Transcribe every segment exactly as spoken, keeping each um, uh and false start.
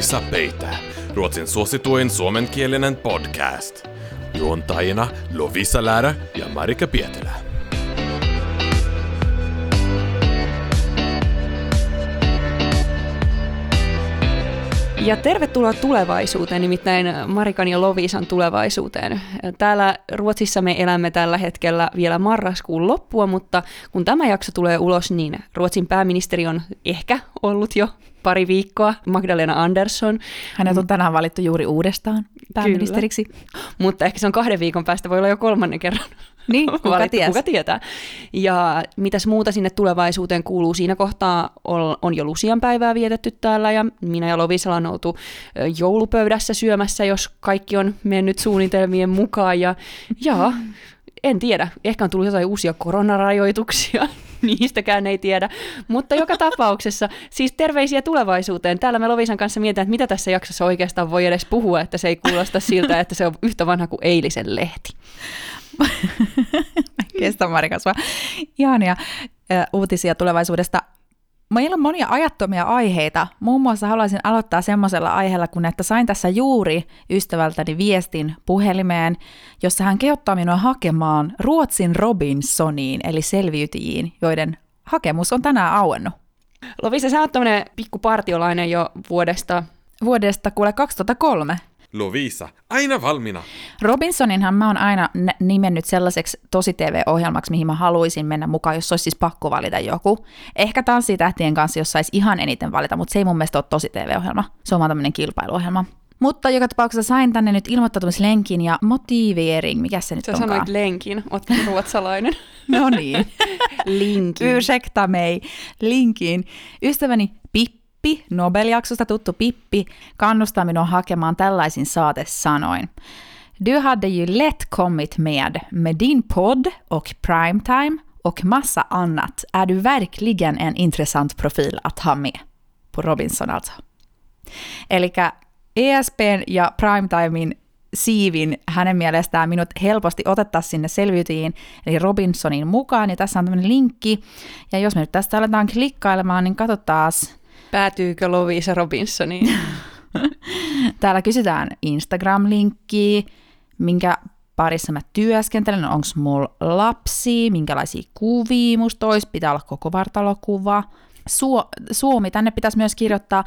Lovisa Peitä, Ruotsin suosituin suomenkielinen podcast. Juontajina Lovisa Lärä ja Marika Pietilä. Ja tervetuloa tulevaisuuteen, nimittäin Marikan ja Lovisan tulevaisuuteen. Täällä Ruotsissa me elämme tällä hetkellä vielä marraskuun loppua, mutta kun tämä jakso tulee ulos, niin Ruotsin pääministeri on ehkä ollut jo pari viikkoa, Magdalena Andersson. Hänet on tänään valittu juuri uudestaan pääministeriksi. Kyllä. Mutta ehkä se on kahden viikon päästä, voi olla jo kolmannen kerran. Niin, kuka, kuka tietää. Ja mitäs muuta sinne tulevaisuuteen kuuluu? Siinä kohtaa on jo Lucian päivää vietetty täällä ja minä ja Lovisalla on oltu joulupöydässä syömässä, jos kaikki on mennyt suunnitelmien mukaan. Ja, ja en tiedä, ehkä on tullut jotain uusia koronarajoituksia, niistäkään ei tiedä. Mutta joka tapauksessa, siis terveisiä tulevaisuuteen. Täällä me Lovisan kanssa mietitään, että mitä tässä jaksossa oikeastaan voi edes puhua, että se ei kuulosta siltä, että se on yhtä vanha kuin eilisen lehti. Kestä Marika sua. Ihania uutisia tulevaisuudesta. Meillä on monia ajattomia aiheita. Muun muassa haluaisin aloittaa semmoisella aiheella, kun että sain tässä juuri ystävältäni viestin puhelimeen, jossa hän kehottaa minua hakemaan Ruotsin Robinsoniin, eli selviytyjiin, joiden hakemus on tänään auennut. Lovisa, sä oot tämmönen pikkupartiolainen jo vuodesta... Vuodesta kuule kaksituhattakolme. Lovisa, aina valmiina. Robinsoninhan mä oon aina nimennyt sellaiseksi tosi T V-ohjelmaksi, mihin mä haluaisin mennä mukaan, jos olisi siis pakko valita joku. Ehkä Tanssitähtien kanssa, jos saisi ihan eniten valita, mutta se ei mun mielestä ole tosi T V-ohjelma. Se on vaan tämmöinen kilpailuohjelma. Mutta joka tapauksessa sain tänne nyt ilmoittautumislenkin ja motiveering, mikä se nyt Sä onkaan? Sä sanoit lenkin, oot ruotsalainen. No niin. Linkin. Ursäkta mig. Linkin. Ystäväni Pippi. Pippi, Nobel-jaksosta tuttu Pippi, kannustaa minua hakemaan tällaisin saatesanoin. Du hade ju lätt kommit med, med din podd och primetime och massa annat. Är du verkligen en intressant profil att ha med? På Robinson alltså. Elikkä E S P:n ja primetimein siivin hänen mielestään minut helposti otettaisiin sinne selviytyjiin, eli Robinsonin mukaan. Ja tässä on tämmöinen linkki. Ja jos me nyt tästä aletaan klikkailemaan, niin katsotaan. Päätyykö Lovisa Robinsoniin? Täällä kysytään Instagram-linkkiä, minkä parissa mä työskentelen, onko mulla lapsi, minkälaisia kuvia musta olisi, pitää olla koko vartalokuva. Su- Suomi, tänne pitäisi myös kirjoittaa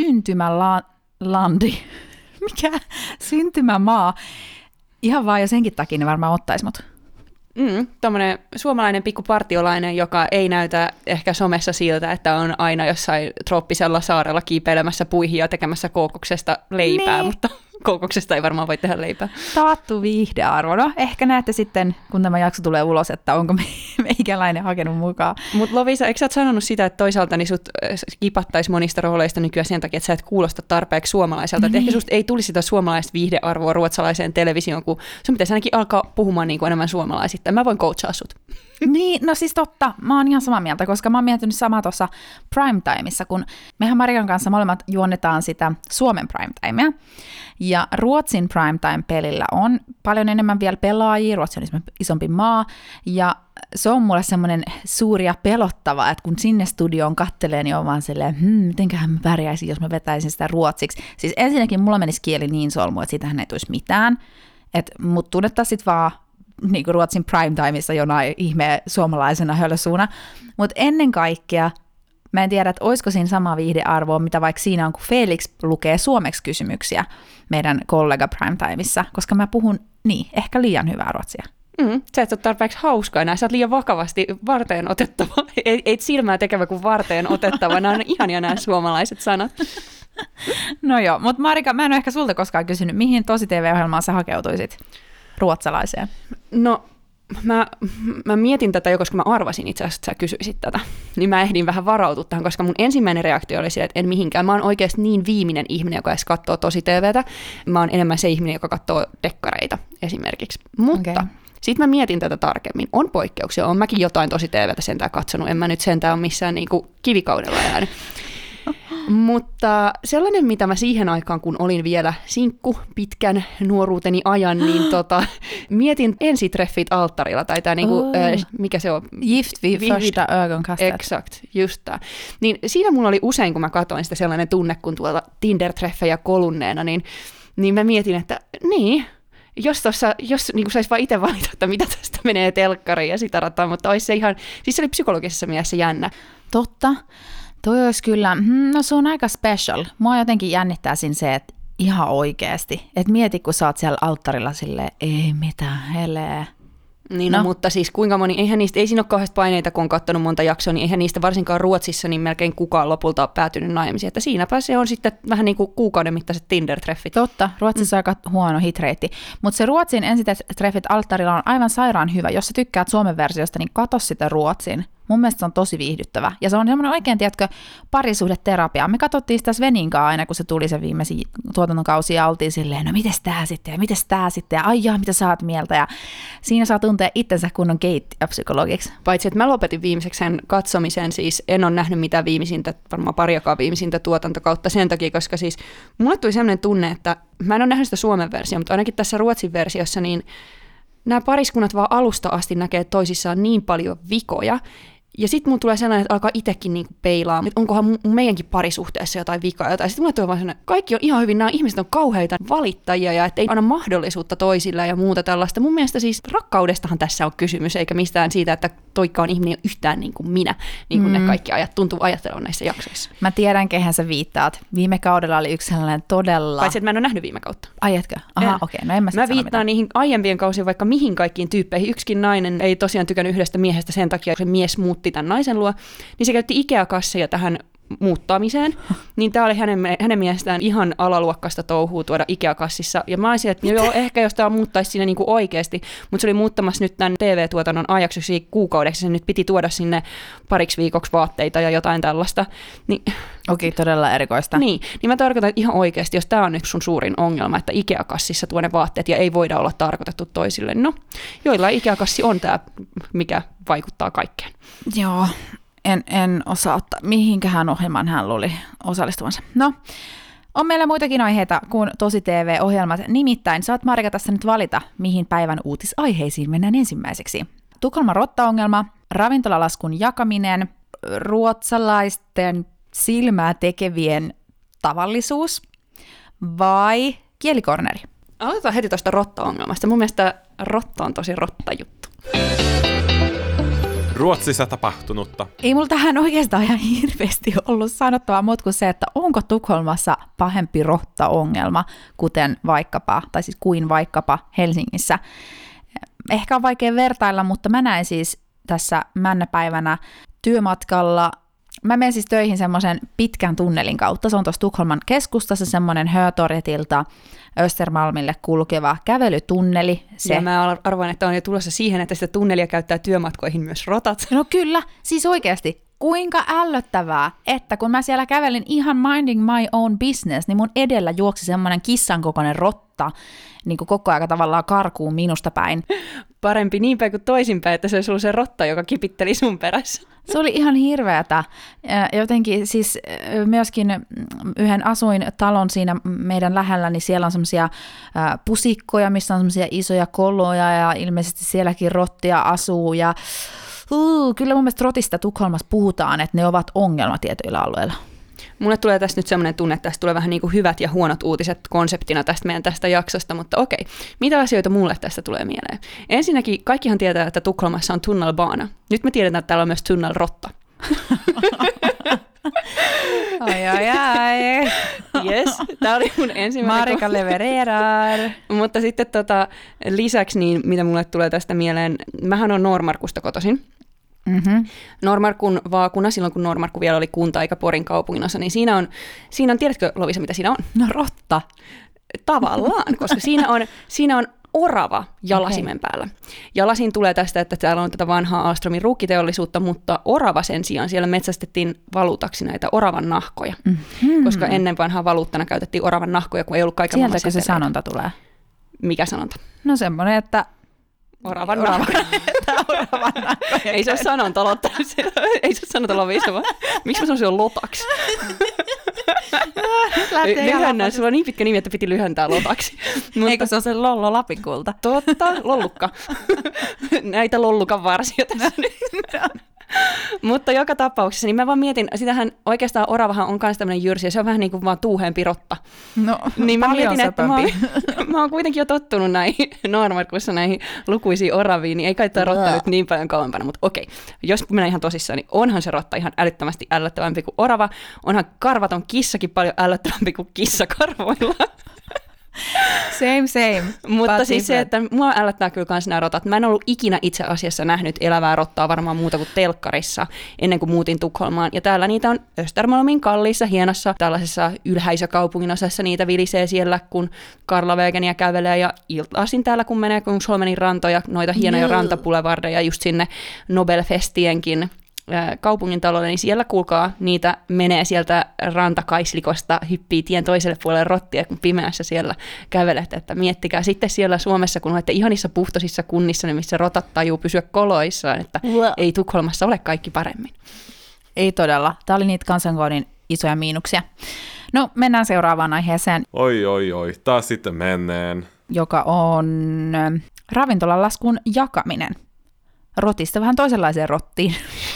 syntymälandi. Mikä? Syntymämaa. Ihan vaan jo senkin takia ne varmaan ottaisi mut. Mm, tommonen suomalainen pikkupartiolainen, joka ei näytä ehkä somessa siltä, että on aina jossain trooppisella saarella kiipeilemässä puihin ja tekemässä koukoksesta leipää, niin. Mutta koukoksesta ei varmaan voi tehdä leipää. Taattu viihdearvo. No, ehkä näette sitten, kun tämä jakso tulee ulos, että onko meikäläinen hakenut mukaan. Mutta Lovisa, eikö sä oot sanonut sitä, että toisaalta niin sut kipattaisi monista rooleista nykyään sen takia, että sä et kuulosta tarpeeksi suomalaiselta. Niin. Että ehkä susta ei tulisi sitä suomalaista viihdearvoa ruotsalaiseen televisioon, kun sun pitäisi ainakin alkaa puhumaan niin kuin enemmän suomalaisittain. Mä voin coachaa sut. Niin, no siis totta. Mä oon ihan samaa mieltä, koska mä oon miettinyt samaa tuossa primetimeissa, kun mehän Marikan kanssa molemmat juonnetaan sitä Suomen primetimea. Ja Ruotsin primetime-pelillä on paljon enemmän vielä pelaajia, Ruotsi on isompi maa, ja se on mulle semmoinen suuri ja pelottava, että kun sinne studioon kattelee, niin on vaan silleen, hmm, mitenköhän mä pärjäisin, jos mä vetäisin sitä ruotsiksi. Siis ensinnäkin mulla menisi kieli niin solmu, että siitähän ei tulisi mitään, että mut tunnettaisiin sit vaan niin kuin Ruotsin primetimeissa jonain ihmeen suomalaisena hölsuuna, mutta ennen kaikkea mä en tiedä, että olisiko siinä sama viihdearvoa, mitä vaikka siinä on, kun Felix lukee suomeksi kysymyksiä meidän kollega primetimeissa, koska mä puhun niin, ehkä liian hyvää ruotsia. Mm, sä et ole tarpeeksi hauskaa enää, sä oot liian vakavasti varteen otettava, ei, ei silmää tekevä kuin varteen otettava, nämä on ihania nämä suomalaiset sanat. No joo, mutta Marika, mä en ole ehkä sulta koskaan kysynyt, mihin tosi T V-ohjelmaan sä hakeutuisit ruotsalaiseen? No, Mä, mä mietin tätä jo, koska mä arvasin itse asiassa, että sä kysyisit tätä. Niin mä ehdin vähän varautua tähän, koska mun ensimmäinen reaktio oli se, että en mihinkään. Mä oon oikeasti niin viimeinen ihminen, joka edes katsoo tosi T V:tä. Mä oon enemmän se ihminen, joka katsoo dekkareita esimerkiksi. Mutta okay. Sitten mä mietin tätä tarkemmin. On poikkeuksia. On mäkin jotain tosi T V:tä sentään katsonut. En mä nyt sentään ole missään niinku kivikaudella jäänyt. Mutta sellainen, mitä mä siihen aikaan, kun olin vielä sinkku pitkän nuoruuteni ajan, niin tota, mietin ensitreffit alttarilla, tai tää niinku, Oh. äh, mikä se on? Gift vid Vid- första ögonkastet. Exakt, just tää. Niin siinä mulla oli usein, kun mä katsoin sitä sellainen tunne, kun tuolla Tinder-treffejä kolunneena, niin, niin mä mietin, että niin, jos tossa, jos niin saisi vaan itse valita, että mitä tästä menee telkkariin ja sitä rataa, mutta olisi se ihan, siis se oli psykologisessa mielessä jännä. Totta. Toi olisi kyllä, no se on aika special. Mua jotenkin jännittää siinä se, että ihan oikeasti. Että mieti, kun sä oot siellä alttarilla silleen, ei mitään, helee. Niin, no. No. Mutta siis kuinka moni, eihän niistä, ei siinä ole kauheasti paineita, kun on katsonut monta jaksoa, niin eihän niistä varsinkaan Ruotsissa niin melkein kukaan lopulta ole päätynyt naimisiin. Että siinäpä se on sitten vähän niin kuin kuukauden mittaiset Tinder-treffit. Totta, Ruotsissa mm. on aika huono hitreitti. Mutta se Ruotsin ensitreffit alttarilla on aivan sairaan hyvä. Jos sä tykkäät Suomen versiosta, niin katso sitä Ruotsin. Mun mielestä se on tosi viihdyttävä. Ja se on semmoinen oikein, tiedätkö, parisuhdeterapia. Me katsottiin sitä Svenin kanssa aina, kun se tuli se viimeisin tuotantokausi ja oltiin silleen, no mites tää sitten ja mites tää sitten ja aijaa, mitä sä oot mieltä. Ja siinä saa tuntea itsensä kunnon keittäjäpsykologiksi. Paitsi, että mä lopetin viimeiseksi sen katsomisen, siis en ole nähnyt mitään viimeisintä, varmaan pariakaan viimeisintä tuotantokautta sen takia, koska siis mulle tuli sellainen tunne, että mä en ole nähnyt sitä Suomen versiota, mutta ainakin tässä Ruotsin versiossa, niin nämä pariskunnat vaan alusta asti näkee toisissaan niin paljon vikoja. Ja sitten mun tulee sellainen, että alkaa itsekin niinku peilaa, että onkohan mu- meidänkin parisuhteessa jotain vikaa. Jotain. Sitten mulle tulee vaan sellainen, kaikki on ihan hyvin, nämä ihmiset on kauheita valittajia ja että ei anna mahdollisuutta toisille ja muuta tällaista. Mun mielestä siis rakkaudestahan tässä on kysymys, eikä mistään siitä, että toikka on ihminen yhtään niin kuin minä, niin kuin mm. ne kaikki ajat tuntuu ajattelevan näissä jaksoissa. Mä tiedän, kehen sä viittaat. Viime kaudella oli yksi sellainen todella... Paitsi, että mä en ole nähnyt viime kautta. Ajatko? Aha, okei. Okay. No en mä sit Mä sano viittaan mitään. niihin aiempien kausien vaikka mihin kaikkiin tyyppeihin. Yksikin nainen ei tosiaan tykännyt yhdestä miehestä sen takia, että se mies muutti tämän naisen luo, niin se käytti Ikea-kasseja tähän muuttamiseen, niin tämä oli hänen, hänen mielestään ihan alaluokkaista touhua tuoda Ikea-kassissa. Ja mä olisin, että joo, ehkä jos tämä muuttaisi siinä niinku oikeasti, mutta se oli muuttamassa nyt tämän T V-tuotannon ajaksi kuukaudeksi, se nyt piti tuoda sinne pariksi viikoksi vaatteita ja jotain tällaista. Niin, Okei, todella erikoista. niin, niin mä tarkoitan, että ihan oikeasti, jos tämä on nyt sun suurin ongelma, että Ikea-kassissa tuo ne vaatteet ja ei voida olla tarkoitettu toisille. No, joilla Ikea-kassi on tämä, mikä vaikuttaa kaikkeen. Joo. En, en osaa ottaa, mihinkähän ohjelmaan hän luuli osallistuvansa. No, on meillä muitakin aiheita kuin tosi T V-ohjelmat. Nimittäin saat Marika tässä nyt valita, mihin päivän uutisaiheisiin mennään ensimmäiseksi. Tukholman rottaongelma, ravintolalaskun jakaminen, ruotsalaisten silmää tekevien tavallisuus vai kielikorneri? Aloitetaan heti tuosta rotta-ongelmasta. Mun mielestä rotta on tosi rotta-juttu. Ruotsissa tapahtunutta. Ei mulla tähän oikeastaan ihan hirveästi ollut sanottavaa muuta kuin se, että onko Tukholmassa pahempi rotta-ongelma, kuten vaikkapa, tai siis kuin vaikkapa Helsingissä. Ehkä on vaikea vertailla, mutta mä näin siis tässä männäpäivänä työmatkalla. Mä menen siis töihin semmoisen pitkän tunnelin kautta. Se on tuossa Tukholman keskustassa semmoinen Hötorgetilta Östermalmille kulkeva kävelytunneli. Se... Ja mä arvoin, että on jo tulossa siihen, että sitä tunnelia käyttää työmatkoihin myös rotat. No kyllä, siis oikeasti. Kuinka ällöttävää, että kun mä siellä kävelin ihan minding my own business, niin mun edellä juoksi semmoinen kissan kokoinen rotta, niin kuin koko ajan tavallaan karkuun minusta päin. Parempi niin päin kuin toisinpäin, että se olisi ollut se rotta, joka kipitteli sun perässä. Se oli ihan hirveätä. Jotenkin siis myöskin yhden asuintalon siinä meidän lähellä, niin siellä on semmoisia pusikkoja, missä on semmoisia isoja koloja ja ilmeisesti sielläkin rottia asuu ja uh, kyllä mun mielestä rotista Tukholmassa puhutaan, että ne ovat ongelma tietyillä alueilla. Mulle tulee tästä nyt semmoinen tunne, että tästä tulee vähän niin kuin hyvät ja huonot uutiset konseptina tästä meidän tästä jaksosta, mutta okei, mitä asioita mulle tästä tulee mieleen? Ensinnäkin kaikkihan tietää, että Tukholmassa on tunnelbana. Nyt me tiedetään, että täällä on myös tunnelrotta. Ai ai ai. Yes, tämä oli mun ensimmäinen Marika levererar. Mutta sitten tota, lisäksi, niin mitä mulle tulee tästä mieleen, mähän on Noormarkusta kotoisin. Mm-hmm. Noormarkun vaakuna, silloin kun Noormarkku vielä oli kunta eikä Porin kaupunginosa, niin siinä on, siinä on, tiedätkö Lovisa, mitä siinä on? No rotta. Tavallaan, koska siinä on, siinä on orava jalasimen okay. päällä. Jalasin tulee tästä, että täällä on tätä vanhaa Alstromin ruukkiteollisuutta, mutta orava sen sijaan, siellä metsästettiin valuutaksi näitä oravan nahkoja, mm-hmm. koska ennen vanhaa valuuttana käytettiin oravan nahkoja, kun ei ollut kaiken maailman seteleitä. Sieltäkö se sanonta tulee? Mikä sanonta? No semmoinen, että oravan nahkoja. oravan nahkoja. Ei se ole sanonta, ei se ole sanonta Lovisa, vaan miksi mä sanoisin lotaksi? Lyhennä, sulla on niin pitkä nimi, että piti lyhentää lotaksi. Mutta... Eikö se ole se Lollo Lapinkulta? Totta, lollukka. Näitä lollukan varsia tässä nyt. Mutta joka tapauksessa, niin mä vaan mietin, sitähän oikeastaan oravahan on myös tämmöinen jyrsi, ja se on vähän niin kuin vaan tuuheen pirotta. No, niin mä paljon mietin, että mä, oon, söpömpi. mä oon kuitenkin jo tottunut näihin Noormarkussa näihin lukuisiin oraviin, niin ei kai tämä rotta nyt niin paljon kauempana, mutta okei, jos mennään ihan tosissaan, niin onhan se rotta ihan älyttömästi ällöttävämpi kuin orava, onhan karvaton kissakin paljon ällöttävämpi kuin kissa karvoilla. Same, same. Mutta siis se, että mua ällättää kyllä kans nämä rotat. Mä en ollut ikinä itse asiassa nähnyt elävää rottaa varmaan muuta kuin telkkarissa ennen kuin muutin Tukholmaan. Ja täällä niitä on Östermalmin kalliissa, hienossa tällaisessa ylhäisökaupungin osassa niitä vilisee siellä, kun Karlavegenia kävelee. Ja iltaisin täällä, kun menee Kungsholmenin rantoja, noita hienoja yeah. rantapulevardeja just sinne Nobelfestienkin kaupungin talolle, niin siellä kuulkaa, niitä menee sieltä rantakaislikosta, hyppii tien toiselle puolelle rottia, kun pimeässä siellä kävelet, että miettikää sitten siellä Suomessa, kun olette ihanissa puhtoisissa kunnissa, niin missä rotat tajuu pysyä koloissaan, että wow. ei Tukholmassa ole kaikki paremmin. Ei todella. Tämä oli niitä kansankoodin isoja miinuksia. No, mennään seuraavaan aiheeseen. Oi, oi, oi. Taas sitten menneen. Joka on ravintolan laskun jakaminen. Rotista vähän toisenlaiseen rottiin.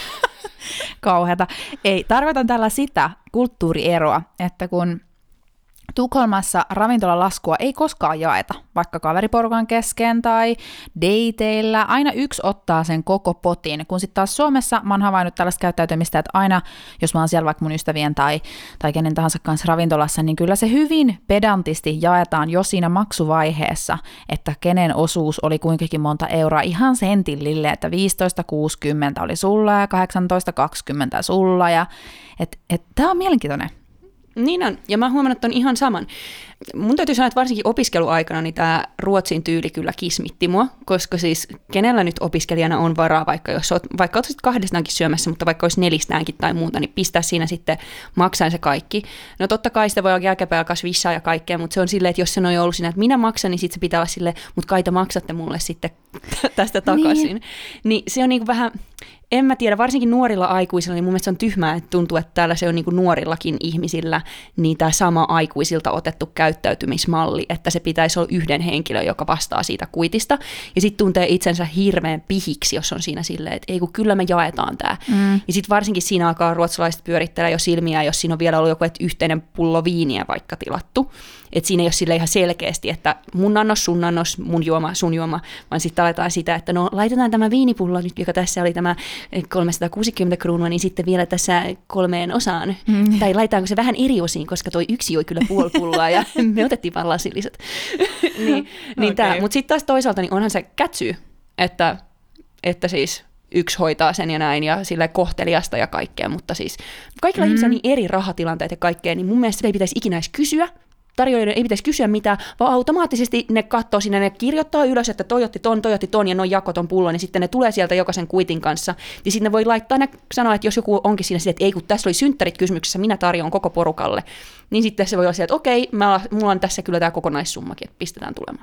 Kauheata. Ei, tarkoitan tällä sitä kulttuurieroa, että kun Tukholmassa ravintolalaskua ei koskaan jaeta, vaikka kaveriporukan kesken tai dateilla, aina yksi ottaa sen koko potin, kun sitten taas Suomessa mä oon havainnut tällaista käyttäytymistä, että aina, jos mä oon siellä vaikka mun ystävien tai, tai kenen tahansa kanssa ravintolassa, niin kyllä se hyvin pedantisti jaetaan jo siinä maksuvaiheessa, että kenen osuus oli kuinkakin monta euroa ihan sentillille, että viisitoista kuusikymmentä oli sulla ja kahdeksantoista kaksikymmentä sulla, ja että et, tää on mielenkiintoinen. Niin on, ja mä oon huomannut ton ihan saman. Mun täytyy sanoa, että varsinkin opiskeluaikana niin tämä Ruotsin tyyli kyllä kismitti mua, koska siis kenellä nyt opiskelijana on varaa, vaikka jos oot, vaikka oot kahdestaankin syömässä, mutta vaikka olisi nelistäänkin tai muuta, niin pistää siinä sitten maksain se kaikki. No totta kai sitä voi olla jälkeenpäin alkaa svissaa ja kaikkea, mutta se on silleen, että jos se on ollut siinä, että minä maksan, niin sitten se pitää olla silleen, mutta kai te maksatte mulle sitten tästä takaisin. Niin, niin se on niin kuin vähän... En mä tiedä, varsinkin nuorilla aikuisilla, niin mun mielestä se on tyhmää, että tuntuu, että täällä se on niin kuin nuorillakin ihmisillä niin tämä sama aikuisilta otettu käyttäytymismalli, että se pitäisi olla yhden henkilön, joka vastaa siitä kuitista, ja sitten tuntee itsensä hirveän pihiksi, jos on siinä silleen, että ei kun kyllä me jaetaan tämä. Mm. Ja sitten varsinkin siinä alkaa ruotsalaiset pyörittelee jo silmiä, jos siinä on vielä ollut joku että yhteinen pullo viiniä vaikka tilattu. Että siinä ei ole sille ihan selkeästi, että mun annos, sun annos, mun juoma, sun juoma, vaan sitten aletaan sitä, että no laitetaan tämä viinipullo nyt, joka tässä oli tämä kolmesataakuusikymmentä kruunua, niin sitten vielä tässä kolmeen osaan. Mm. Tai laitetaanko se vähän eri osiin, koska toi yksi joi kyllä puoli pulloa ja me otettiin vaan lasilliset. niin, niin okay. Mutta sitten taas toisaalta niin onhan se kätsy, että, että siis... yksi hoitaa sen ja näin, ja sillä kohteliasta ja kaikkea, mutta siis kaikilla mm-hmm. ihmisillä on niin eri rahatilanteet ja kaikkea, niin mun mielestä sitä ei pitäisi ikinä edes kysyä, tarjoilijoiden ei pitäisi kysyä mitään, vaan automaattisesti ne katsoo sinne, ne kirjoittaa ylös, että toi otti ton, toi otti ton, ja noin jako ton pullon, niin sitten ne tulee sieltä jokaisen kuitin kanssa, ja sitten ne voi laittaa, ne sanoa, että jos joku onkin siinä silleen, että ei kun tässä oli synttärit kysymyksessä, minä tarjoan koko porukalle, niin sitten se voi olla sieltä, että okei, mä, mulla on tässä kyllä tämä kokonaissummakin, että pistetään tulemaan.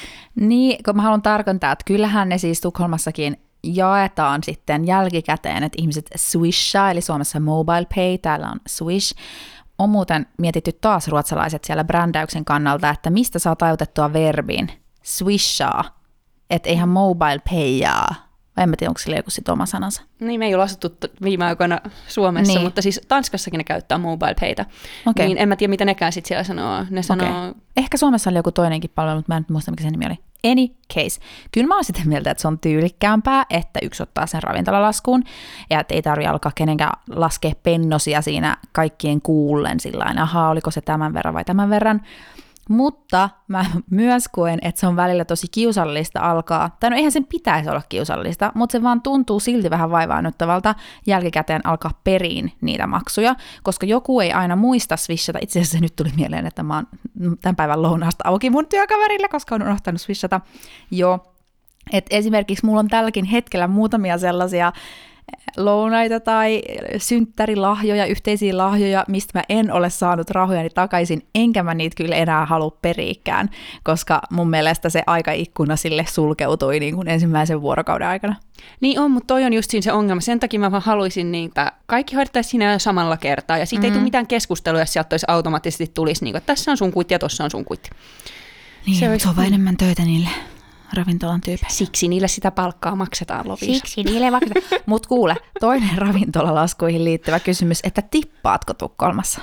Niin, kun mä haluan tarkentaa, että kyllähän ne siis Tukholmassakin jaetaan sitten jälkikäteen, että ihmiset swishaa, eli Suomessa mobile pay, täällä on swish. On muuten mietitty taas ruotsalaiset siellä brändäyksen kannalta, että mistä saa tajutettua verbin swishaa, että eihän mobile payjaa. Vai en mä tiedä, onko sillä joku sit oma sanansa. Niin, me ei ole asuttu viime aikoina Suomessa, niin. Mutta siis Tanskassakin ne käyttää mobile paytä. Okay. Niin en mä tiedä, mitä nekään sitten siellä sanoo. Ne sanoo... Okay. Ehkä Suomessa oli joku toinenkin palvelu, mutta mä en muista, mikä sen nimi oli. Any case. Kyllä mä oon sitä mieltä, että se on tyylikkäämpää, että yksi ottaa sen ravintolalaskuun, ja että ei tarvitse alkaa kenenkään laskea pennosia siinä kaikkien kuullen sillä lailla, ahaa, oliko se tämän verran vai tämän verran. Mutta mä myös koen, että se on välillä tosi kiusallista alkaa, tai no eihän sen pitäisi olla kiusallista, mutta se vaan tuntuu silti vähän vaivaannuttavalta jälkikäteen alkaa periin niitä maksuja, koska joku ei aina muista swishata. Itse asiassa nyt tuli mieleen, että mä oon tämän päivän lounaasta auki mun työkaverille, koska on unohtanut swishata. Joo, että esimerkiksi mulla on tälläkin hetkellä muutamia sellaisia lounaita tai synttärilahjoja, yhteisiä lahjoja, mistä mä en ole saanut rahojani takaisin, enkä mä niitä kyllä enää halua periikään, koska mun mielestä se aikaikkuna sille sulkeutui niin kuin ensimmäisen vuorokauden aikana. Niin on, mutta toi on just siinä se ongelma. Sen takia mä vaan haluaisin, niin, että kaikki hoidettaisiin siinä samalla kertaa, ja siitä mm-hmm. ei tule mitään keskustelua, jos sieltä automaattisesti tulisi, niin kuin, että tässä on sun kuitti ja tuossa on sun kuitti. Niin, se, se on vain enemmän töitä niille ravintolan tyypeille. Siksi niille sitä palkkaa maksetaan, Lovisa. Siksi niille maksetaan. Mut kuule, toinen ravintolalaskuihin liittyvä kysymys, että tippaatko Tukholmassa?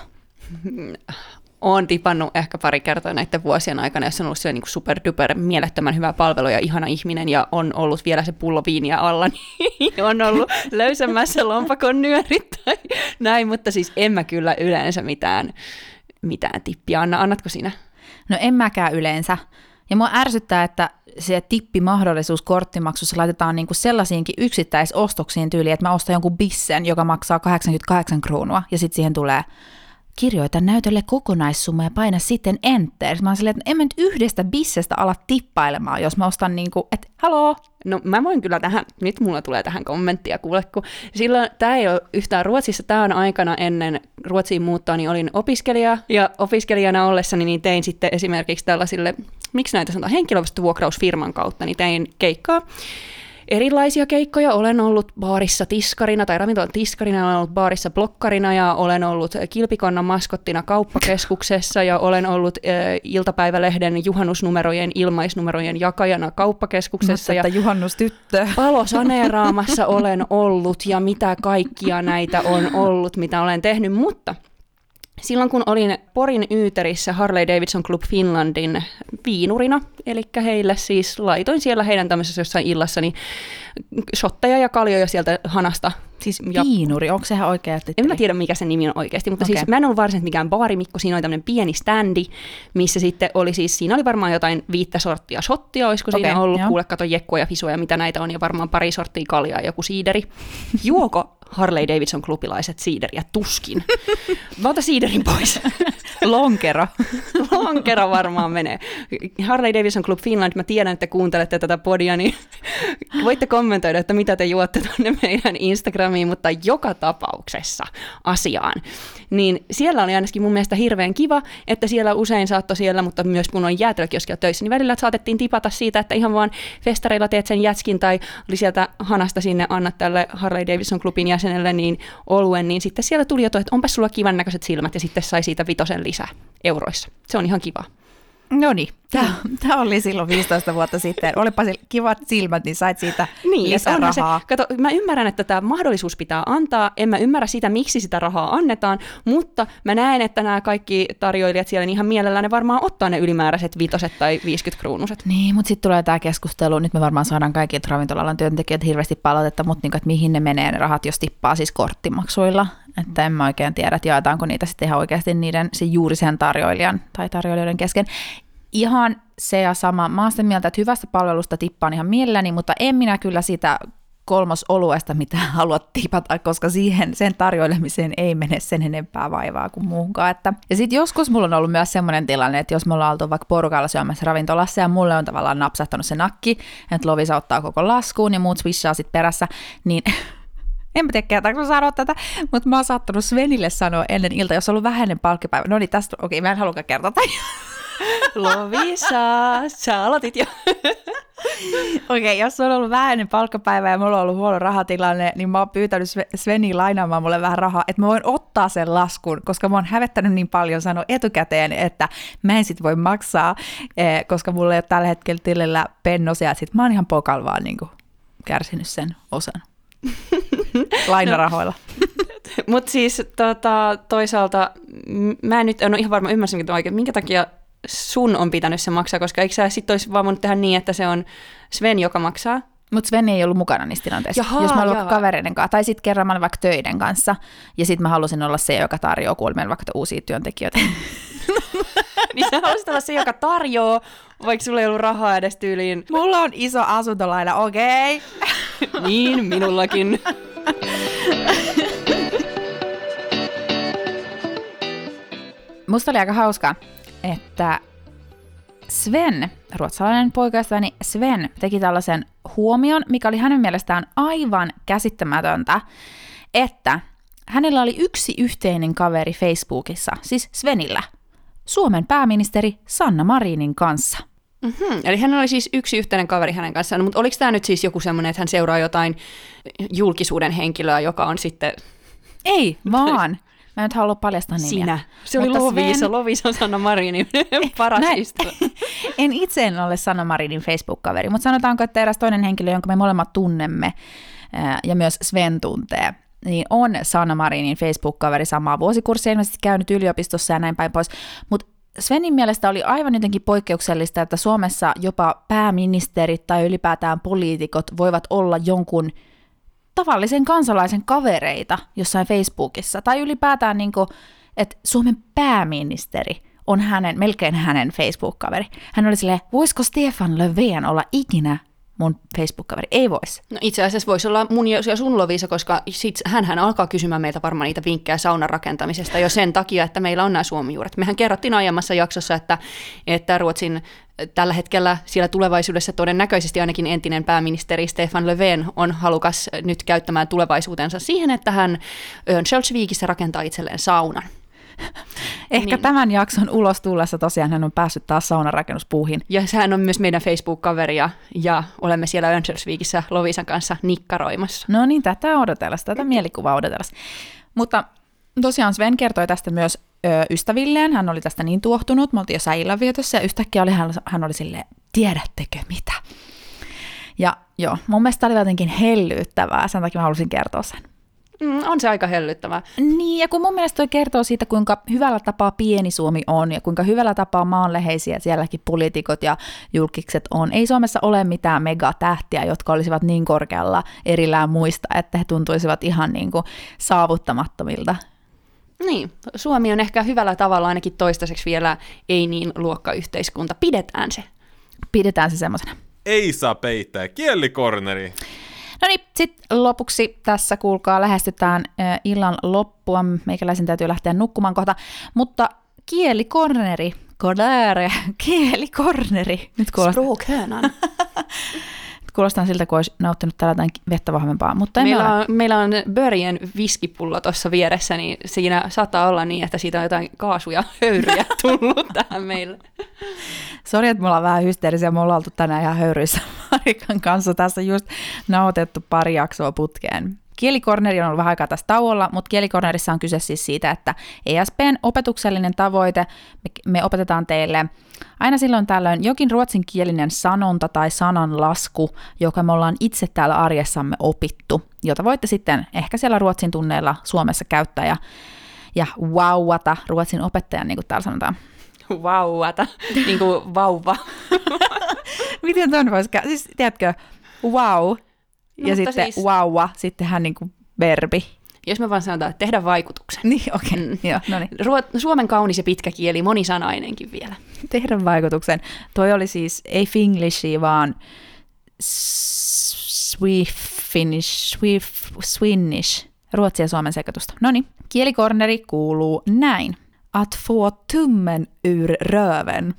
Oon tipannut ehkä pari kertaa näiden vuosien aikana, jos on ollut niin superduper mielettömän hyvä palvelu ja ihana ihminen, ja on ollut vielä se pullo viiniä alla, niin on ollut löysämässä lompakon nyörit tai näin, mutta siis en mä kyllä yleensä mitään, mitään tippiä anna. Annatko sinä? No en mäkään yleensä. Ja mua ärsyttää, että se tippimahdollisuus korttimaksussa laitetaan niinku sellaisiinkin yksittäisostoksiin tyyliin, että mä ostan jonkun bissen, joka maksaa kahdeksankymmentäkahdeksan kruunua, ja sitten siihen tulee kirjoita näytölle kokonaissumma ja paina sitten enter. Mä oon silleen, että en mä nyt yhdestä bissestä ala tippailemaan, jos mä ostan niinku, että haloo. No mä voin kyllä tähän, nyt mulla tulee tähän kommenttia, kuule, kun silloin tää ei ole yhtään Ruotsissa, tää on aikana ennen Ruotsiin muuttoa, niin olin opiskelija, ja opiskelijana ollessani niin tein sitten esimerkiksi tällaisille, miksi näitä sanotaan, henkilöstövuokrausfirman kautta, niin tein keikkaa. Erilaisia keikkoja. Olen ollut baarissa tiskarina tai ravintolan tiskarina, olen ollut baarissa blokkarina ja olen ollut kilpikonnan maskottina kauppakeskuksessa ja olen ollut äh, iltapäivälehden juhannusnumerojen, ilmaisnumerojen jakajana kauppakeskuksessa. Mutta että juhannustyttö. Palosaneeraamassa olen ollut ja mitä kaikkia näitä on ollut, mitä olen tehnyt, mutta silloin kun olin Porin Yyterissä Harley Davidson Club Finlandin viinurina, eli heille siis laitoin siellä heidän tämmöisessä jossain illassa niin shotteja ja kaljoja sieltä hanasta. Siis viinuri, onko sehän oikea titteli? En mä tiedä, mikä se nimi on oikeasti, mutta okay. Siis mä en ollut varsinaisesti mikään baarimikko, siinä oli tämmöinen pieni standi, missä sitten oli siis, siinä oli varmaan jotain viittä sorttia shottia, olisiko okay, siinä ollut, joo. Kuule, kato jekkua ja fisuja, mitä näitä on, ja varmaan pari sorttia kaljaa ja joku siideri. Juoko Harley Davidson klupilaiset siideriä? Tuskin. Mä otan siiderin pois. Lonkero. Lonkero varmaan menee. Harley Davidson Club Finland, mä tiedän, että kuuntelette tätä podia, niin voitte kommentoida, että mitä te juotte tuonne meidän Instagramiin, mutta joka tapauksessa asiaan. Niin siellä oli ainakin mun mielestä hirveän kiva, että siellä usein saattoi siellä, mutta myös kun on jäätelökioski töissä, niin välillä saatettiin tipata siitä, että ihan vaan festareilla teet sen jätskin tai oli sieltä hanasta sinne annat tälle Harley Davidson Clubin jäsenelle niin oluen, niin sitten siellä tuli jotain, että onpas sulla kivan näköiset silmät ja sitten sai siitä vitosen lisää euroissa. Se on ihan kiva. No niin, tämä oli silloin viisitoista vuotta sitten. Olipa kivat silmät, niin sait siitä niin, lisää rahaa. Se, kato, mä ymmärrän, että tämä mahdollisuus pitää antaa. En mä ymmärrä sitä, miksi sitä rahaa annetaan, mutta mä näen, että nämä kaikki tarjoilijat siellä, niin ihan mielellään ne varmaan ottaa ne ylimääräiset vitoset tai viisikymmentä kruunuset. Niin, mutta sitten tulee tämä keskustelu. Nyt me varmaan saadaan kaikilta ravintola-alan työntekijät hirveästi palautetta, mutta niin, että mihin ne menee ne rahat, jos tippaa siis korttimaksuilla. Että en mä oikein tiedä, että jaetaanko niitä sitten ihan oikeasti niiden se juuri sen tarjoilijan tai tarjoilijoiden kesken. Ihan se ja sama. Mä oon sitä mieltä, että hyvästä palvelusta tippaan ihan mielelläni, mutta en minä kyllä sitä kolmosoluesta mitään halua tipata, koska siihen, sen tarjoilemiseen ei mene sen enempää vaivaa kuin muuhunkaan. Että. Ja sitten joskus mulla on ollut myös semmoinen tilanne, että jos me ollaan oltu vaikka porukalla syömässä ravintolassa ja mulle on tavallaan napsahtanut se nakki, että Lovisa ottaa koko laskuun ja muut swishaa sitten perässä, niin en mä tiedä kertaanko sanoa tätä, mutta mä oon saattanut Svenille sanoa ennen iltaa, jos on ollut vähäinen palkkipäivä. No niin, tästä, okei, mä en halukaan kertoa. Lovisa, sä aloitit jo. Okei, jos on ollut vähäinen palkkapäivä ja mulla on ollut huono rahatilanne, niin mä oon pyytänyt Sveniä lainaamaan mulle vähän rahaa, että mä voin ottaa sen laskun, koska mä oon hävettänyt niin paljon sanoa etukäteen, että mä en sit voi maksaa, koska mulla ei ole tällä hetkellä tilillä pennosia, että sit mä oon ihan pokal vaan niin kuin kärsinyt sen osan. Lainarahoilla. No, mutta siis tota, toisaalta mä en nyt en ole ihan varma ymmärsinkö oikein, minkä takia sun on pitänyt se maksaa, koska eikö sä sitten olisi vaan voinut tehdä niin, että se on Sven, joka maksaa? Mutta Sven ei ollut mukana niissä tilanteissa. Jaha, jos mä olen vaikka kavereiden kanssa, tai sitten kerran mä olen vaikka töiden kanssa, ja sitten mä halusin olla se, joka tarjoaa kuulemma vaikka uusia työntekijöitä. Niin sä haluaisit olla se, joka tarjoaa, vaikka sulla ei ollut rahaa edes tyyliin. Mulla on iso asuntolaina, okei. Okay. Niin, minullakin. Musta oli aika hauskaa, että Sven ruotsalainen poikaystäväni Sven teki tällaisen huomion, mikä oli hänen mielestään aivan käsittämätöntä, että hänellä oli yksi yhteinen kaveri Facebookissa, siis Svenillä, Suomen pääministeri Sanna Marinin kanssa. Mm-hmm. Eli hänellä oli siis yksi yhteinen kaveri hänen kanssaan, no, mutta oliko tämä nyt siis joku semmoinen, että hän seuraa jotain julkisuuden henkilöä, joka on sitten... Ei, vaan... Mä en nyt halua paljastaa nimiä. Sinä. Se oli Lovisa. Sven... Lovisa on Sanna Marinin paras ystävä. En itse en ole Sanna Marinin Facebook-kaveri, mutta sanotaanko, että eräs toinen henkilö, jonka me molemmat tunnemme, ja myös Sven tuntee, niin on Sanna Marinin Facebook-kaveri, samaa vuosikurssia ilmeisesti käynyt yliopistossa ja näin päin pois. Mutta Svenin mielestä oli aivan jotenkin poikkeuksellista, että Suomessa jopa pääministerit tai ylipäätään poliitikot voivat olla jonkun tavallisen kansalaisen kavereita jossain Facebookissa. Tai ylipäätään, niin kuin, että Suomen pääministeri on hänen, melkein hänen Facebook-kaveri. Hän oli silleen, voisiko Stefan Löfven olla ikinä mun Facebook-kaveri? Ei vois. No itse asiassa voisi olla mun ja sun Lovisa, koska sit hänhän alkaa kysymään meiltä varmaan niitä vinkkejä saunan rakentamisesta jo sen takia, että meillä on nämä Suomi-juuret. Mehän kerrottiin aiemmassa jaksossa, että, että Ruotsin tällä hetkellä siellä tulevaisuudessa todennäköisesti ainakin entinen pääministeri Stefan Löfven on halukas nyt käyttämään tulevaisuutensa siihen, että hän Örnsköldsvikissä rakentaa itselleen saunan. Ehkä niin. Tämän jakson ulos tullessa tosiaan hän on päässyt taas saunanrakennuspuuhin. Ja hän on myös meidän Facebook-kaveria ja olemme siellä Örnsköldsvikissä Lovisan kanssa nikkaroimassa. No niin, tätä odotellessa, tätä mielikuvaa odotellessa. Mutta tosiaan Sven kertoi tästä myös ö, ystävilleen, hän oli tästä niin tuohtunut, me oltiin jossain illanvietossa ja yhtäkkiä oli, hän, hän oli silleen, tiedättekö mitä? Ja joo, mun mielestä oli jotenkin hellyyttävää, sen takia mä halusin kertoa sen. Mm, on se aika hellyttävää. Niin, ja kun mun mielestä toi kertoo siitä, kuinka hyvällä tapaa pieni Suomi on, ja kuinka hyvällä tapaa maanleheisiä sielläkin poliitikot ja julkikset on. Ei Suomessa ole mitään megatähtiä, jotka olisivat niin korkealla erillään muista, että he tuntuisivat ihan niin kuin saavuttamattomilta. Niin, Suomi on ehkä hyvällä tavalla ainakin toistaiseksi vielä ei niin luokkayhteiskunta. Pidetään se. Pidetään se semmoisena. Ei saa peittää. Kielikorneri. No niin, sitten lopuksi tässä kuulkaa lähestytään äh, illan loppua. Meikäläisen täytyy lähteä nukkumaan kohta. Mutta kielikorneri, kodäre, kielikorneri. Nyt kuulostaa, kuulostaa siltä, kun olisi nauttinut täällä jotain vettä vahvempaa. Mutta meillä, on, meillä on Börjen viskipullo tuossa vieressä, niin siinä saattaa olla niin, että siitä on jotain kaasuja, höyryjä tullut tähän meille. Sori, että me ollaan vähän hysteerisiä. Me ollaan oltu tänään ihan höyryissä Marikan kanssa. Tässä on just nauhoitettu pari jaksoa putkeen. Kielikorneri on ollut vähän aikaa tässä tauolla, mutta kielikornerissa on kyse siis siitä, että E S P:n opetuksellinen tavoite, me, me opetetaan teille aina silloin tällöin jokin ruotsinkielinen sanonta tai sananlasku, joka me ollaan itse täällä arjessamme opittu, jota voitte sitten ehkä siellä ruotsin tunneilla Suomessa käyttää ja, ja wowata ruotsin opettajan, niin kuin täällä sanotaan. Vauvata, niin kuin vauva. Miten tuon voisi käydä? Siis tiedätkö, wow, ja no, sitten siis... wauva, sitten hän niin kuin verbi. Jos me vaan sanotaan, että tehdä vaikutuksen. Niin, okei. Okay. Mm. Joo, no niin. Ruot- Suomen kaunis ja pitkä kieli, monisanainenkin vielä. Tehdä vaikutuksen. Toi oli siis, ei finglishia, vaan swifinish, swif, swinish, ruotsin ja suomen sekoitusta. No niin, kielikorneri kuuluu näin. Att få tummen ur röven.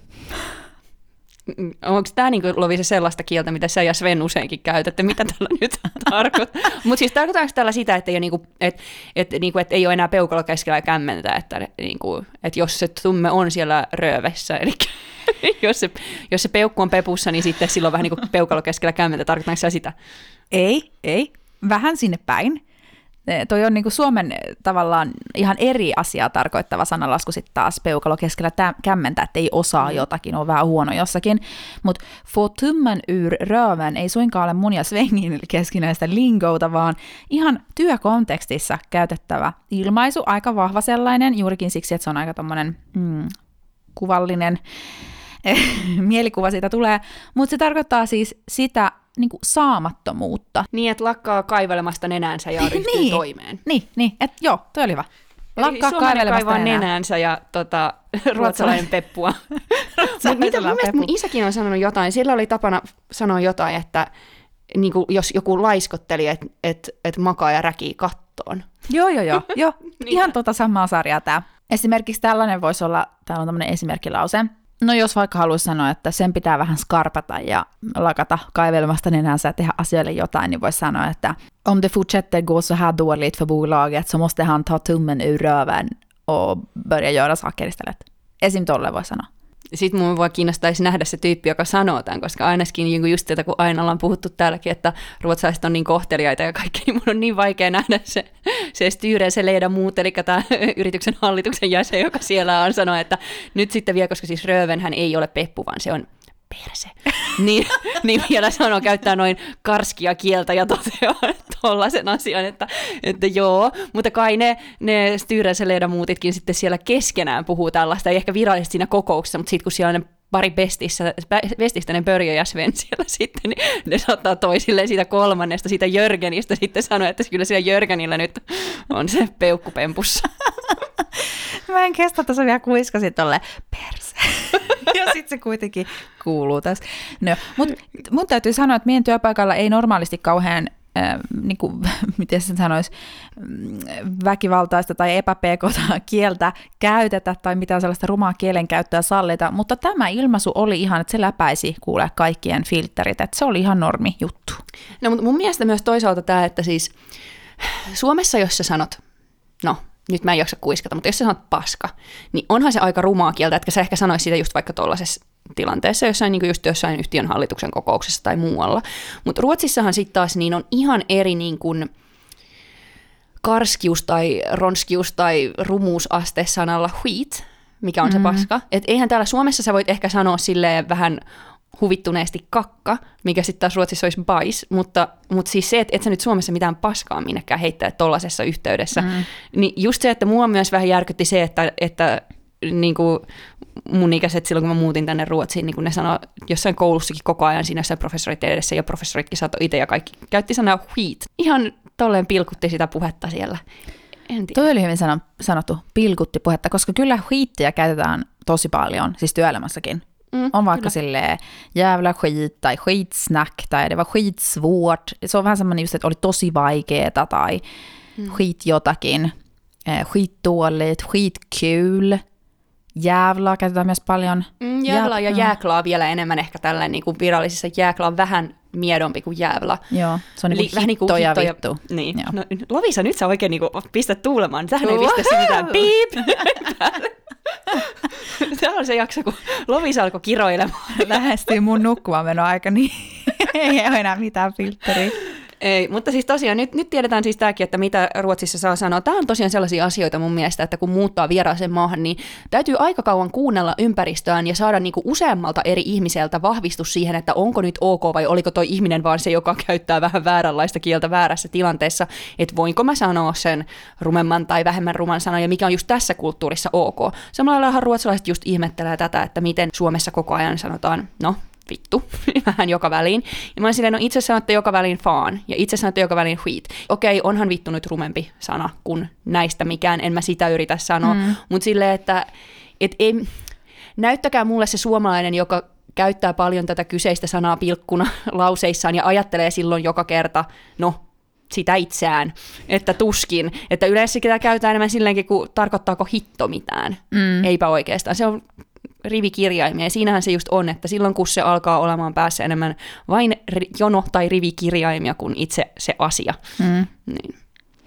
Onko tämä niinku, Lovisa sellaista kieltä, mitä sä ja Sven useinkin käytätte? Mitä tällä nyt tarkoittaa? Mutta siis tarkoitaanko tällä sitä, että ei ole, niinku, et, et, niinku, et ei ole enää peukalo keskellä kämmentä, että niinku, et jos se tumme on siellä röövessä, eli jos se, jos se peukku on pepussa, niin sitten silloin vähän niin kuin peukalo keskellä kämmentä. Tarkoitatko sä sitä? Ei, ei. Vähän sinne päin. Toi on niinku Suomen tavallaan ihan eri asiaa tarkoittava sananlasku sitten taas peukalo keskellä tä- kämmentä, että ei osaa jotakin, on vähän huono jossakin. Mutta få tummen ur röven ei suinkaan ole mun ja Svenin keskinäistä lingouta, vaan ihan työkontekstissa käytettävä ilmaisu, aika vahva sellainen, juurikin siksi, että se on aika tommonen mm, kuvallinen mielikuva siitä tulee, mutta se tarkoittaa siis sitä niin kuin saamattomuutta. Niin, että lakkaa kaivelemasta nenänsä ja ryhtyy niin, toimeen. Niin, niin, että joo, toi oli hyvä. Lakkaa kaivelemasta nenää. nenänsä ja tota, ruotsalainen peppua. Mutta mitä mun mielestä mun isäkin on sanonut jotain, sillä oli tapana sanoa jotain, että niin kuin jos joku laiskotteli, että et, et makaa ja räkii kattoon. Joo, joo, joo. joo. Ihan tota samaa sarjaa tää. Esimerkiksi tällainen voisi olla, täällä on tämmöinen esimerkkilause. No jos vaikka haluaisi sanoa, että sen pitää vähän skarpata ja lakata kaivelmasta nenänsä ja tehdä asioille jotain, niin voisi sanoa, että om det fortsätter gå så här dåligt för bolaget så måste han ta tummen ur röven och börja göra saker istället. Esim. Tolle voi sanoa. Sitten mun voi kiinnostaisi nähdä se tyyppi, joka sanoo tämän, koska ainakin just tätä, kun aina ollaan puhuttu täälläkin, että ruotsalaiset on niin kohteliaita ja kaikki, niin mun on niin vaikea nähdä se, se Styre, se Leida muut, eli tämä yrityksen hallituksen jäsen, joka siellä on, sanoa, että nyt sitten vielä, koska siis Rövenhän ei ole peppu, vaan se on perse, niin, niin vielä sanoo, käyttää noin karskia kieltä ja toteaa tollaisen asian, että, että joo, mutta kai ne, ne Styres ja Leida muutitkin sitten siellä keskenään puhuu tällaista, ei ehkä virallisesti siinä kokouksessa, mutta sitten kun siellä on ne pari bestissä, bestistä ne Börje ja Sven siellä sitten, niin ne saattaa toisilleen siitä kolmannesta, siitä Jörgenistä sitten sanoa, että kyllä siellä Jörgenillä nyt on se peukku pempussa. Mä en kestä, että sä vielä kuiskasit tolleen perse. Ja sitten se kuitenkin kuuluu tässä. No, mutta mun täytyy sanoa, että meidän työpaikalla ei normaalisti kauhean, äh, niin kuin, miten sen sanoisi, väkivaltaista tai epäpekota kieltä käytetä tai mitään sellaista rumaa kielenkäyttöä sallita, mutta tämä ilmaisu oli ihan, että se läpäisi kuulee kaikkien filterit, että se oli ihan normi juttu. No, mutta mun mielestä myös toisaalta tämä, että siis Suomessa, jos sä sanot, no, nyt mä en jaksa kuiskata, mutta jos sä sanot paska, niin onhan se aika rumaa kieltä, etkä sä ehkä sanoisi sitä just vaikka tuollaisessa tilanteessa, jossain, niin kuin just jossain yhtiön hallituksen kokouksessa tai muualla. Mutta Ruotsissahan sitten taas niin on ihan eri niin kuin karskius tai ronskius tai rumuusaste sanalla skit, mikä on mm-hmm. se paska. Et eihän täällä Suomessa sä voit ehkä sanoa silleen vähän huvittuneesti kakka, mikä sitten taas Ruotsissa olisi bais, mutta, mutta siis se, että et sä nyt Suomessa mitään paskaa minnekään heittää tollasessa yhteydessä, mm. niin just se, että mua myös vähän järkytti se, että, että niin kuin mun ikäiset silloin, kun mä muutin tänne Ruotsiin, niin kun ne sanoo jossain koulussakin koko ajan siinä jossain professorit edessä, ja professoritkin saattoi itse ja kaikki käytti sanaa huit. Ihan tolleen pilkutti sitä puhetta siellä. En tiedä. Toi oli hyvin sanottu, pilkutti puhetta, koska kyllä huittia käytetään tosi paljon, siis työelämässäkin. Mm, on vaikka kyllä. Silleen jävla skit tai skitsnack tai det var skitsvårt. Se on vähän semmoinen just, että oli tosi vaikeeta tai mm. skit jotakin. Eh, skitdåligt, skitkul. Jävla käytetään myös paljon. Mm, jävla ja jääklaa vielä enemmän ehkä tällä niin kuin virallisissa. Jääkla on vähän miedompi kuin jävla. Joo, se on niin kuin hitto, hitto ja vittu. Niin. No, Lovisa, nyt sä oikein niin kuin pistät tuulemaan. Tähän ei pistä mitään piip. Tämä on se jakso, kun Lovisa alkoi kiroilemaan. Lähestyy mun nukkumaan menoaika, niin ei ole enää mitään filtteriä. Ei, mutta siis tosiaan nyt, nyt tiedetään siis tämäkin, että mitä Ruotsissa saa sanoa. Tämä on tosiaan sellaisia asioita mun mielestä, että kun muuttaa vieraaseen maahan, niin täytyy aika kauan kuunnella ympäristöään ja saada niinku useammalta eri ihmiseltä vahvistus siihen, että onko nyt ok vai oliko toi ihminen vaan se, joka käyttää vähän vääränlaista kieltä väärässä tilanteessa, että voinko mä sanoa sen rumemman tai vähemmän ruman sanan ja mikä on just tässä kulttuurissa ok. Samalla laillahan ruotsalaiset just ihmettelee tätä, että miten Suomessa koko ajan sanotaan, no, vittu, vähän joka väliin. Ja mä oon silleen, no itse sanotte joka väliin faan, ja itse sanotte joka väliin skit. Okei, onhan vittu nyt rumempi sana kuin näistä mikään, en mä sitä yritä sanoa, mm. mutta silleen, että et ei, näyttäkää mulle se suomalainen, joka käyttää paljon tätä kyseistä sanaa pilkkuna lauseissaan ja ajattelee silloin joka kerta, no, sitä itseään, että tuskin, että yleensä sitä käytetään enemmän silleenkin, kun tarkoittaako hitto mitään, mm. eipä oikeastaan, se on rivikirjaimia, ja siinähän se just on, että silloin kun se alkaa olemaan päässä enemmän vain jono- tai rivikirjaimia kuin itse se asia. Mm. Niin.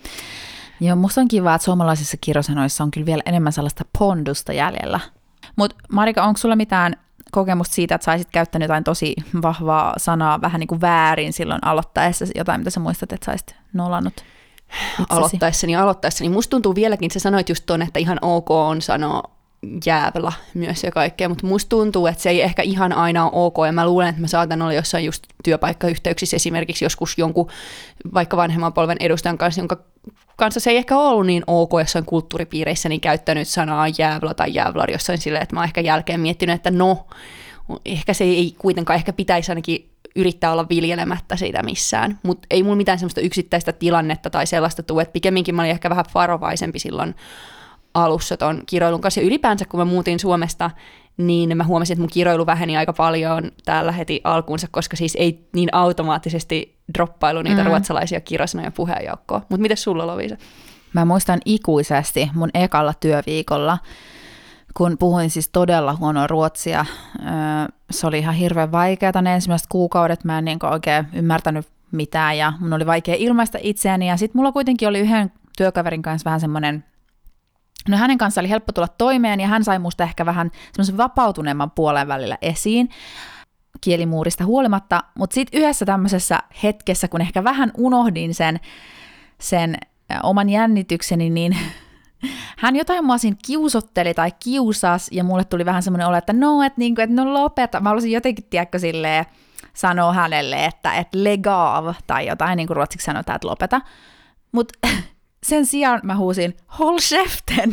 Joo, musta on kiva, että suomalaisissa kirjasanoissa on kyllä vielä enemmän sellaista pondusta jäljellä. Mutta Marika, onko sulla mitään kokemusta siitä, että sä olisit käyttänyt jotain tosi vahvaa sanaa vähän niin kuin väärin silloin aloittaessa, jotain mitä sä muistat, että sä olisit nollannut itsesi? Aloittaessani, aloittaessani. Musta tuntuu vieläkin, sä sanoit just ton, että ihan ok on sanoa jäävla myös ja kaikkea, mutta musta tuntuu, että se ei ehkä ihan aina ole ok, ja mä luulen, että mä saatan olla jossain just työpaikkayhteyksissä esimerkiksi joskus jonkun vaikka vanhemman polven edustajan kanssa, jonka kanssa se ei ehkä ollut niin ok jossain kulttuuripiireissä, niin käyttänyt sanaa jäävla tai jäävlar jossain silleen, että mä oon ehkä jälkeen miettinyt, että no, ehkä se ei kuitenkaan, ehkä pitäisi ainakin yrittää olla viljelemättä siitä missään, mutta ei mulla mitään semmoista yksittäistä tilannetta tai sellaista tule, että pikemminkin mä olin ehkä vähän varovaisempi silloin alussa ton kiroilun kanssa. Ja ylipäänsä, kun mä muutin Suomesta, niin mä huomasin, että mun kiroilu väheni aika paljon täällä heti alkuunsa, koska siis ei niin automaattisesti droppailu niitä mm. ruotsalaisia kirosanoja puheenjoukkoon. Mutta miten sulla, Lovisa? Mä muistan ikuisesti mun ekalla työviikolla, kun puhuin siis todella huonoa ruotsia. Se oli ihan hirveän vaikeaa ne ensimmäiset kuukaudet. Mä en niin oikein ymmärtänyt mitään ja mun oli vaikea ilmaista itseäni. Ja sitten mulla kuitenkin oli yhden työkaverin kanssa vähän semmoinen, no hänen kanssa oli helppo tulla toimeen ja hän sai musta ehkä vähän semmoisen vapautuneemman puolen välillä esiin kielimuurista huolimatta. Mutta sitten yhdessä tämmöisessä hetkessä, kun ehkä vähän unohdin sen, sen oman jännitykseni, niin hän jotain mua siinä kiusotteli tai kiusasi, ja mulle tuli vähän semmoinen olo, että no, että niinku, et no lopeta. Mä haluaisin jotenkin, tiedätkö, silleen sanoa hänelle, että et legav, tai jotain, niin kuin ruotsiksi sanotaan, että lopeta. Mutta sen sijaan mä huusin, håll käften.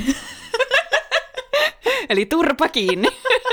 Eli turpa kiinni.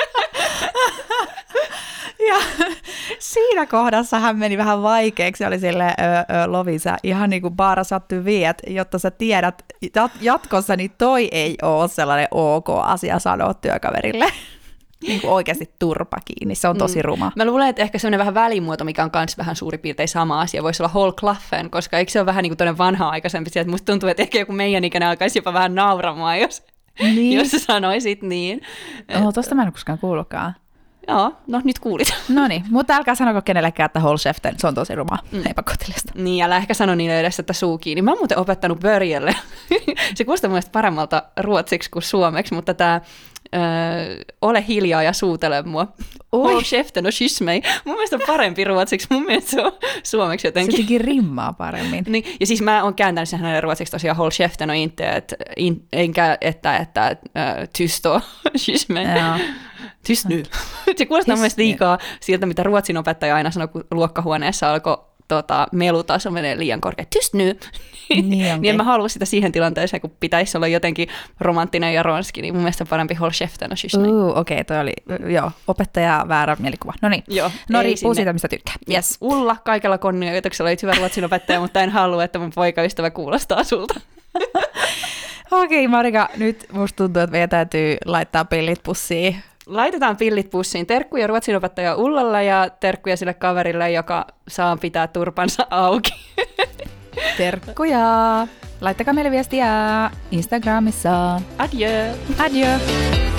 Ja siinä kohdassa hän meni vähän vaikeaksi, oli silleen, öö, öö, Lovisa, ihan niin kuin baara sattuu viet, jotta sä tiedät jatkossa, niin toi ei ole sellainen ok asia sanoa työkaverille. Niin kuin oikeasti turpa kiinni, se on tosi ruma. Mm. Mä luulen, että ehkä semmoinen vähän välimuoto, mikä on myös vähän suurin piirtein sama asia, voisi olla håll klaffen, koska eikö se ole vähän niin kuin toinen vanha-aikaisempi, että musta tuntuu, että ehkä joku meidän ikäinen alkaisi jopa vähän nauramaan, jos, niin. jos sä sanoisit niin. Oh, tosta mä en ole koskaan kuullutkaan. Joo, no nyt kuulit. No niin, mutta älkää sanoko kenellekään, että håll käften, se on tosi ruma, mm. epäkohteliasta. Niin, älä ehkä sano niille edes, että suu kiinni. Mä oon muuten opettanut Börjelle. Se kuulostaa mun mielestä paremmalta ruotsiksi kuin suomeksi, mutta tää öö, ole hiljaa ja suutele mua. Håll käften och kyss mig. Mun mielestä on parempi ruotsiksi, mun mielestä se on suomeksi jotenkin. Se jotenkin rimmaa paremmin. Niin, ja siis mä oon kääntänyt sen hänelle ruotsiksi tosiaan håll käften och inte, et, in, enkä että, että äh, tyst och kyss mig. Tyst nu. Se kuulostaa mun mielestä liikaa siltä, mitä ruotsin opettaja aina sanoi, kun luokkahuoneessa alkoi tota, melutaso menee liian korkea. Tyst nu. Niin, niin en mä halua sitä siihen tilanteeseen, kun pitäisi olla jotenkin romanttinen ja ronski, niin mun mielestä on parempi håll käften och kyss mig. Uh, Okei, okay, toi oli, joo, opettaja väärä mielikuva. No niin, no riippuu siitä, mistä tykkää. Yes. Ulla, kaikella kunnioituksella olit hyvä ruotsin opettaja, mutta en halua, että mun poikaystävä kuulostaa sulta. Okei, okay, Marika, nyt musta tuntuu, että meidän täytyy laittaa pillit pussiin. Laitetaan pillit pussiin. Terkkuja ruotsinopettaja Ullalla ja terkkuja sille kaverille, joka saa pitää turpansa auki. Terkkuja! Laittakaa meille viestiä Instagramissa. Adieu! Adieu!